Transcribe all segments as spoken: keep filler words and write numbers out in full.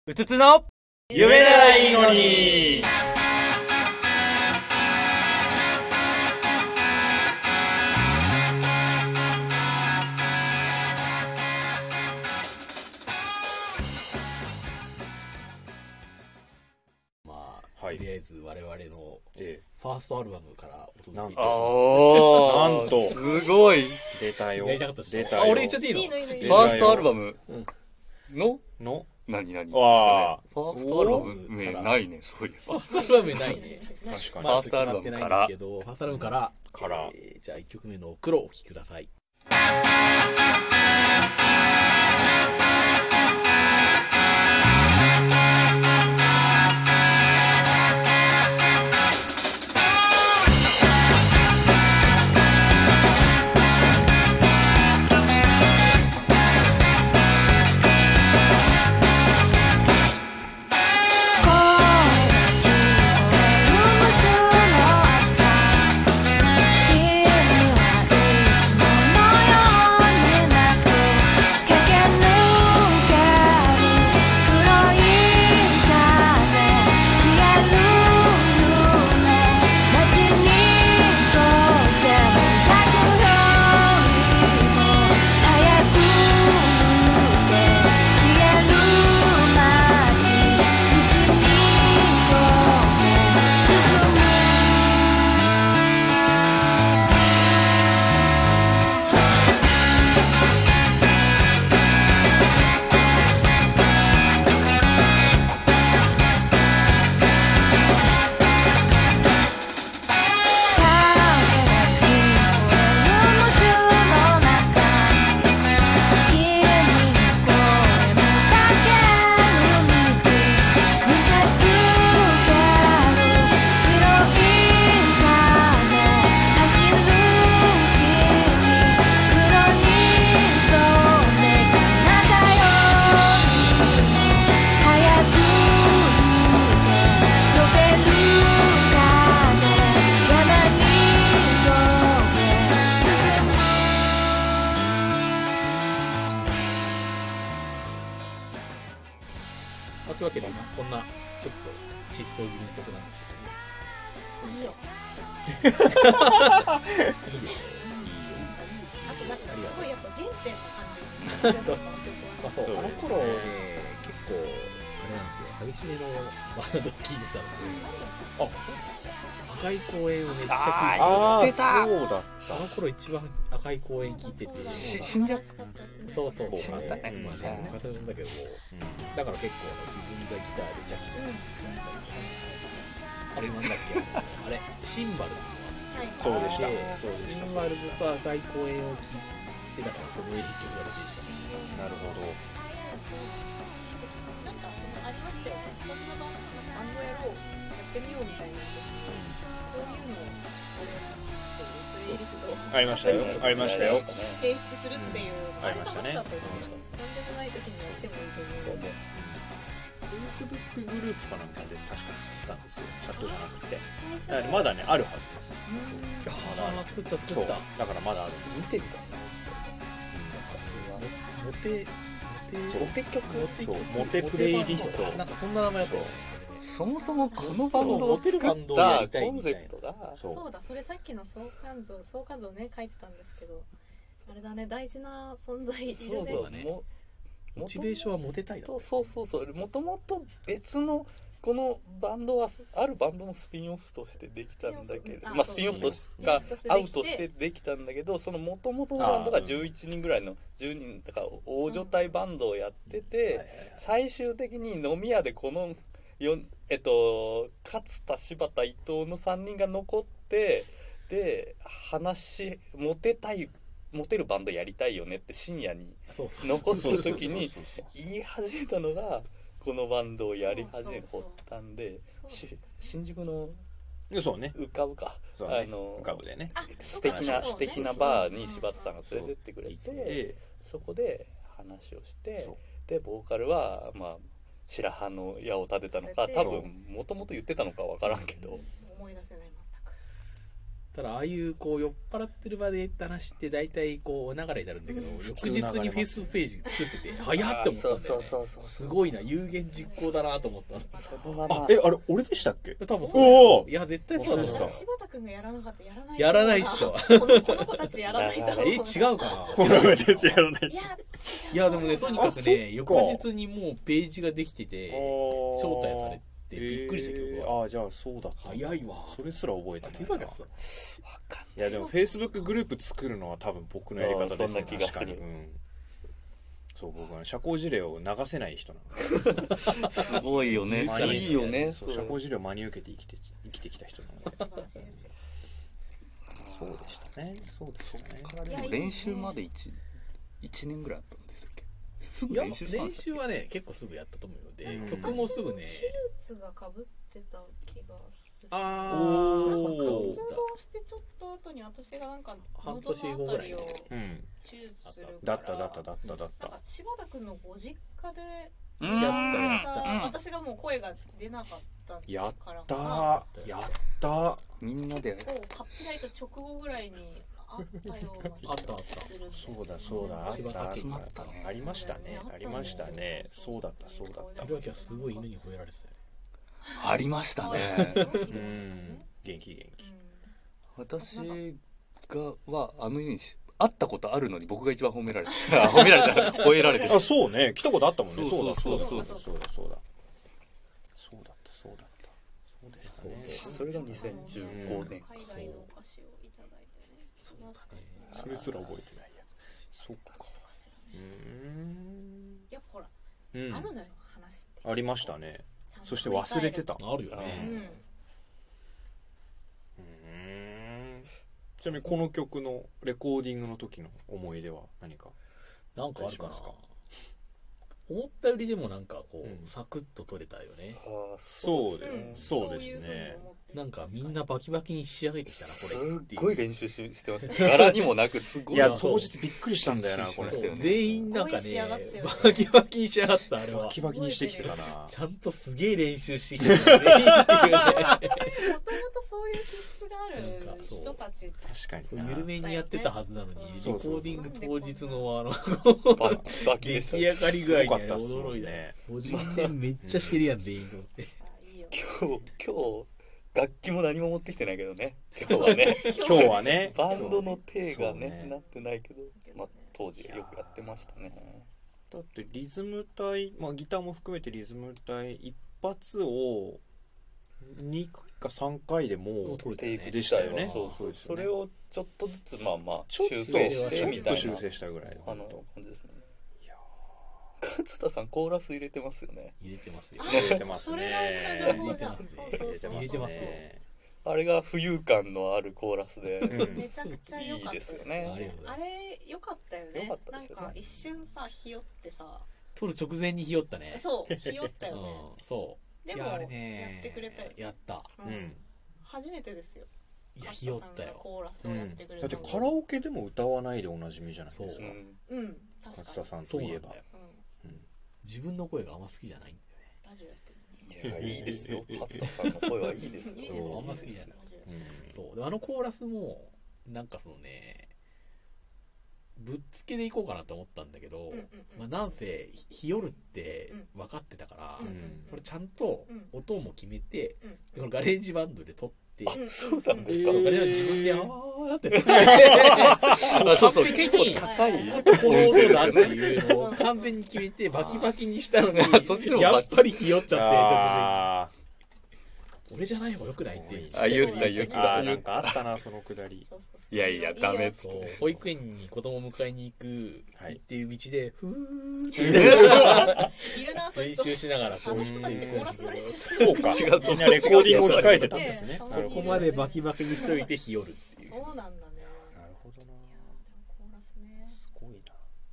うつつの夢ならいいのに。 まあ、はい、とりあえず我々のファーストアルバムからお届けいたします。 あなんとすごい出たよ。 やりたかった出たよ。あ、 俺言っちゃっていいの？いいのいいのいいの。ファーストアルバムのの何何わー、ファーストアルバム名ないね。そういうファーストアルバム名ないね。確かに。ファーストアルバムからファーストアルバムからから、えー、じゃあいっきょくめの黒をお聴きください。というわけで、こんなちょっと疾走気味の曲なんですけどね。いいよ。いいですよ。 あとなんかすごいやっぱ原点の感じ。 まあそう、あの頃ね、結構あれなんですよ、激しめのバンド聴いてたので、あ、赤い公園をめっちゃ聴いてた。 ああ、そうだった。 あの頃一番赤い公園聴いてて、 死んじゃった。 そうそうそう。 死んじゃったね。 まあ、そういう形なんだけど、だから結構自分がギターでジャッキジャッキあれなんだっけ、あれシンバルズのそうでした。 シンバルズと赤い公園を聴いてたからこのいい曲が出てきた。 なるほど。 なんかそのありましたよね。こんなバンドやろう、やってみようみたいな時にこういうのをプレイリストありましたよ。ありましたよ。 提出するっていうのありましたね。 なんでもない時にやってもいいと思うので。 Facebook グループかなんかで確かに作ったんですよ。チャットじゃなくて。だからまだねあるはずです。 ああ作った作った。 だからまだある。 見てみたいな。モテモテ曲モテプレイリストなんかそんな名前だと。 そもそもこのバンドを作ったコンセプトがそうだ、それさっきの相関図相関図をね書いてたんですけど、あれだね、大事な存在いるね。 そうそうね。モチベーションはモテたいだ。 そうそうそう。もともと別のこのバンドはあるバンドのスピンオフとしてできたんだけど、まあスピンオフとかアウトしてできたんだけど、そのもともとのバンドがじゅういちにんぐらいのじゅうにんだから大所帯バンドをやってて、最終的に飲み屋でこのよえっと勝田柴田伊藤のさんにんが残って、で話モテたいモテるバンドやりたいよねって深夜に残す時に言い始めたのがこのバンドをやり始めた発端で、新宿のそうね浮かぶか、 ね、 あの浮かぶでね素敵な素敵なバーに柴田さんが連れてってくれて、そこで話をして、でボーカルはまあ白羽の矢を立てたのか、多分もともと言ってたのかわからんけど、 思い出せないただああいうこう酔っ払ってる場で言った話って大体こう流れになるんだけど、うん、翌日にフェイスページ作ってて早って思ったんだよね。すごいな、有言実行だなと思った。 あ、え、あれ俺でしたっけ？ 多分そう。いや絶対そうだ。 柴田くんがやらなかったらやらない。 やらないっしょ。 このこの子たちやらないと。 え、違うかな。 この子たちやらない。 いやいやでもね、とにかくね、翌日にもうページができてて招待されて。びっくりしたけど、 えー、ああじゃあそうだった。 早いわ。 それすら覚えてないな。 いやでも Facebook グループ作るのは多分僕のやり方ですね。 確かに、うん、 そう僕は、ね、社交辞令を流せない人なので。 すごいよね。いいよね。 そう社交辞令を真に受けて生きて生きてきた人なので。 素晴らしいですよ。 そうでしたね。そうでしたね。 からでも練習まで一一年ぐらいあったんですっけ？すぐ練習したんですっけ？ 練習はね結構すぐやったと思うので、うん、曲もすぐね。 手術が被ってた気がする。 ああ。 活動してちょっと後に私がなんか半年後ぐらいに手術するから。 だっただっただっただった。 なんか柴田くんのご実家でやったやった。 私がもう声が出なかったから。 やったやったみんなで。 こうカップライト直後ぐらいに。あったような気がするんで。 そうだそうだ、あったありましたねありましたね。そうだったそうだった。 ひろあきはすごい犬に吠えられてたよ。 ありましたね。 うん元気元気。 私がはあの犬に会ったことあるのに僕が一番褒められて褒められた吠えられて。 あそうね来たことあったもんね。 そうだそうだそうだそうだそうだそうだそうだったそうだったそうでしたね。 それがにせんじゅうごねん。 海外のお菓子をいただいてね。 それすら覚えてないや。そっか。うーん。 やっぱほら、うん、あるのよ話って。 ありましたね。そして忘れてた。 あるよね。 うん。うん。ちなみにこの曲のレコーディングの時の思い出は何か？ なんかあるかな。思ったよりでもなんかこう、うん、サクッと取れたよね。 あそうです、そうですね。 なんかみんなバキバキに仕上げてきたなこれ。 すっごい練習ししてました。柄にもなくすごい。 いや当日びっくりしたんだよなこれ。 全員なんかねバキバキに仕上がったあれは。 バキバキにしてきてたな。 ちゃんとすげえ練習してきてる全員っていうね。もともとそういう気質がある人たち。 確かに。 緩めにやってたはずなのにレコーディング当日のあのバキ出来上がり具合に驚いたね。個人練めっちゃしてるやん全員と思って。 今日今日楽器も何も持ってきてないけどね。今日はね。 今日はね。 バンドの手がね、ねなってないけど、まあ、当時よくやってましたね。 だってリズム隊、まあ、ギターも含めてリズム隊一発をにかいかさんかいでもうテイクでしたよね。 そうそう。それをちょっとずつまあまあ修正してみたいな。 ちょっと修正したぐらいあの感じですね。勝田さんコーラス入れてますよね。 入れてますよ。 入れてますね。 それが情報じゃん。 入れてますよ。 あれが浮遊感のあるコーラスで、 めちゃくちゃ良かったですよね。あれ良かったよね。なんか一瞬さひよってさ。 撮る直前にひよったね。 そうひよったよね。 そう。 でもやってくれたよ。 やった。 初めてですよ。 いやひよったよ。 コーラスをやってくれた。 だってカラオケでも歌わないでおなじみじゃないですか。 うん。 勝田さんといえば。 自分の声があんま好きじゃないんだよね。 ラジオやってるのに。いやいいですよ。勝田さんの声はいいですよ。 いいですよ。 あんま好きじゃない。そうであのコーラスもなんかそのねぶっつけでいこうかなと思ったんだけど、まあなんせ日夜って分かってたから、これちゃんと音も決めて、このガレージバンドで撮って。 そうなんですか。 あれは自分であーってそうそう結構高いこの音だっていうのを完全に決めてバキバキにしたのにやっぱりひよっちゃって俺じゃない方がよくないってあ言った言ったなんかあったなそのくだり。 いやいやダメ。 保育園に子供迎えに行く行っていう道でふーって練習しながらあの人たちでコーラスの練習してそうかみんなレコーディングを控えてたんですね。 そこまでバキバキにしといて日和るっていう。 そうなんだね。 なるほどな。 コーラスねすごいな。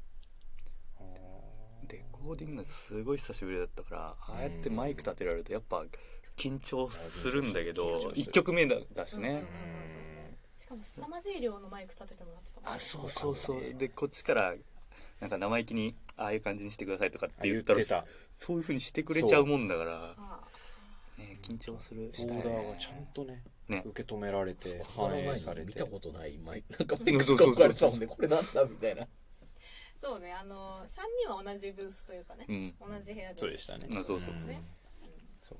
レコーディングがすごい久しぶりだったからああやってマイク立てられるとやっぱ緊張するんだけどいっきょくめだしね。 しかも凄まじい量のマイク立ててもらってたもんね。 あそうそうそうでこっちからなんか生意気にああいう感じにしてくださいとかって言ったらそういう風にしてくれちゃうもんだから、ね、 緊張するオーダーがちゃんとねね受け止められてその反映前されてに見たことない前なんかメイクとか置かれてたもんねこれなんだみたいな。 そうね、あのさんにんは同じブースというかね、 うん、 同じ部屋でそうでしたね。 そうそうそう、 ね、 そう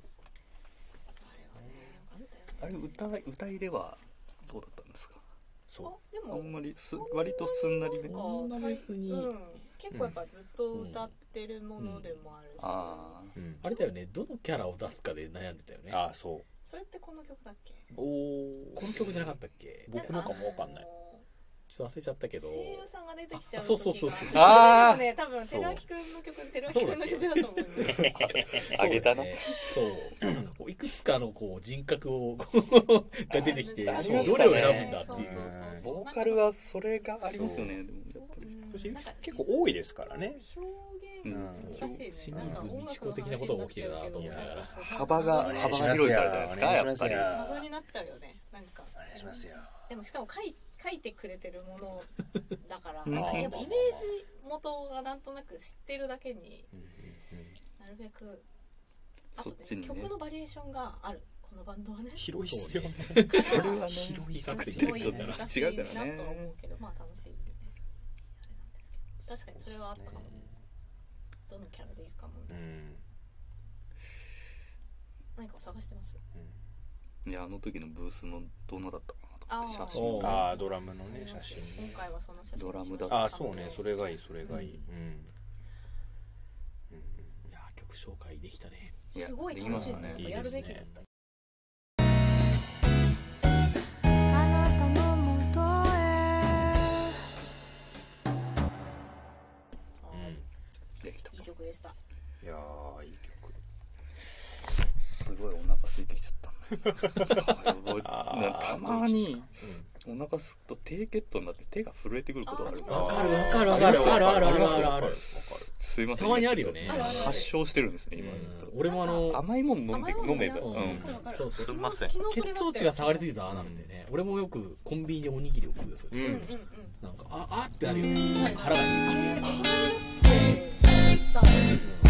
あれ歌い歌入れはどうだったんですか？ そうあでもあんまりす割とすんなりめ。 そんな別に、 うん、結構やっぱずっと歌ってるものでもあるし、 うん、あ, うん、あれだよね、どのキャラを出すかで悩んでたよね。 ああそう。 それってこの曲だっけ？ おお。 この曲じゃなかったっけ？ 僕のかもわかんない。 ちょっと忘れちゃったけど。 声優さんが出てきちゃう時が。 そうそうそうそう。 ああ。 ね、多分寺脇くんの曲で寺脇くんの曲だと思うんで。 あげたな。 そう。いくつかのこう人格をが出てきて、どれを選ぶんだっていう。 ボーカルはそれがありますよね。 結構多いですからね。 表現難しいね。 シンプルに思考的なことが起きてるなと思いながら。 幅が幅が広いからじゃないですか。やっぱり。 謎になっちゃうよね。なんか。お願いしますよ。でもしかも書い書いてくれてるものだから、なんかやっぱイメージ元がなんとなく知ってるだけに、なるべくあとね曲のバリエーションがある。このバンドはね。 広いっすよね。 それはね。 広いすごい難しいなとは思うけど、まあ楽しいんでね。あれなんですけど、確かにそれはあったかも。どのキャラでいくかも。何かを探してます。 いやあの時のブースのどんなだったかなと思って写真。ああドラムのね写真。 今回はその写真。 ドラムだった。 ああそうね、それがいいそれがいい。うん。 いや曲紹介できたね。 すごい楽しいですね。やるべきだった。あなたの元へ。 できた。 いい曲でした。 いやーいい曲。 すごいお腹空いてきちゃったんだたまにお腹すくと低血糖になって手が震えてくることがある。 わかるわかるわかるあるあるあるあるある。 すいません。 たまにあるよね。 発症してるんですね今ずっと。 俺もあの甘いもの飲んで飲めば。 そうすみません。 血糖値が下がりすぎるとああなるんでね。俺もよくコンビニでおにぎりを食うよそれ。なんかああってなるよね。腹があれ大人になって知った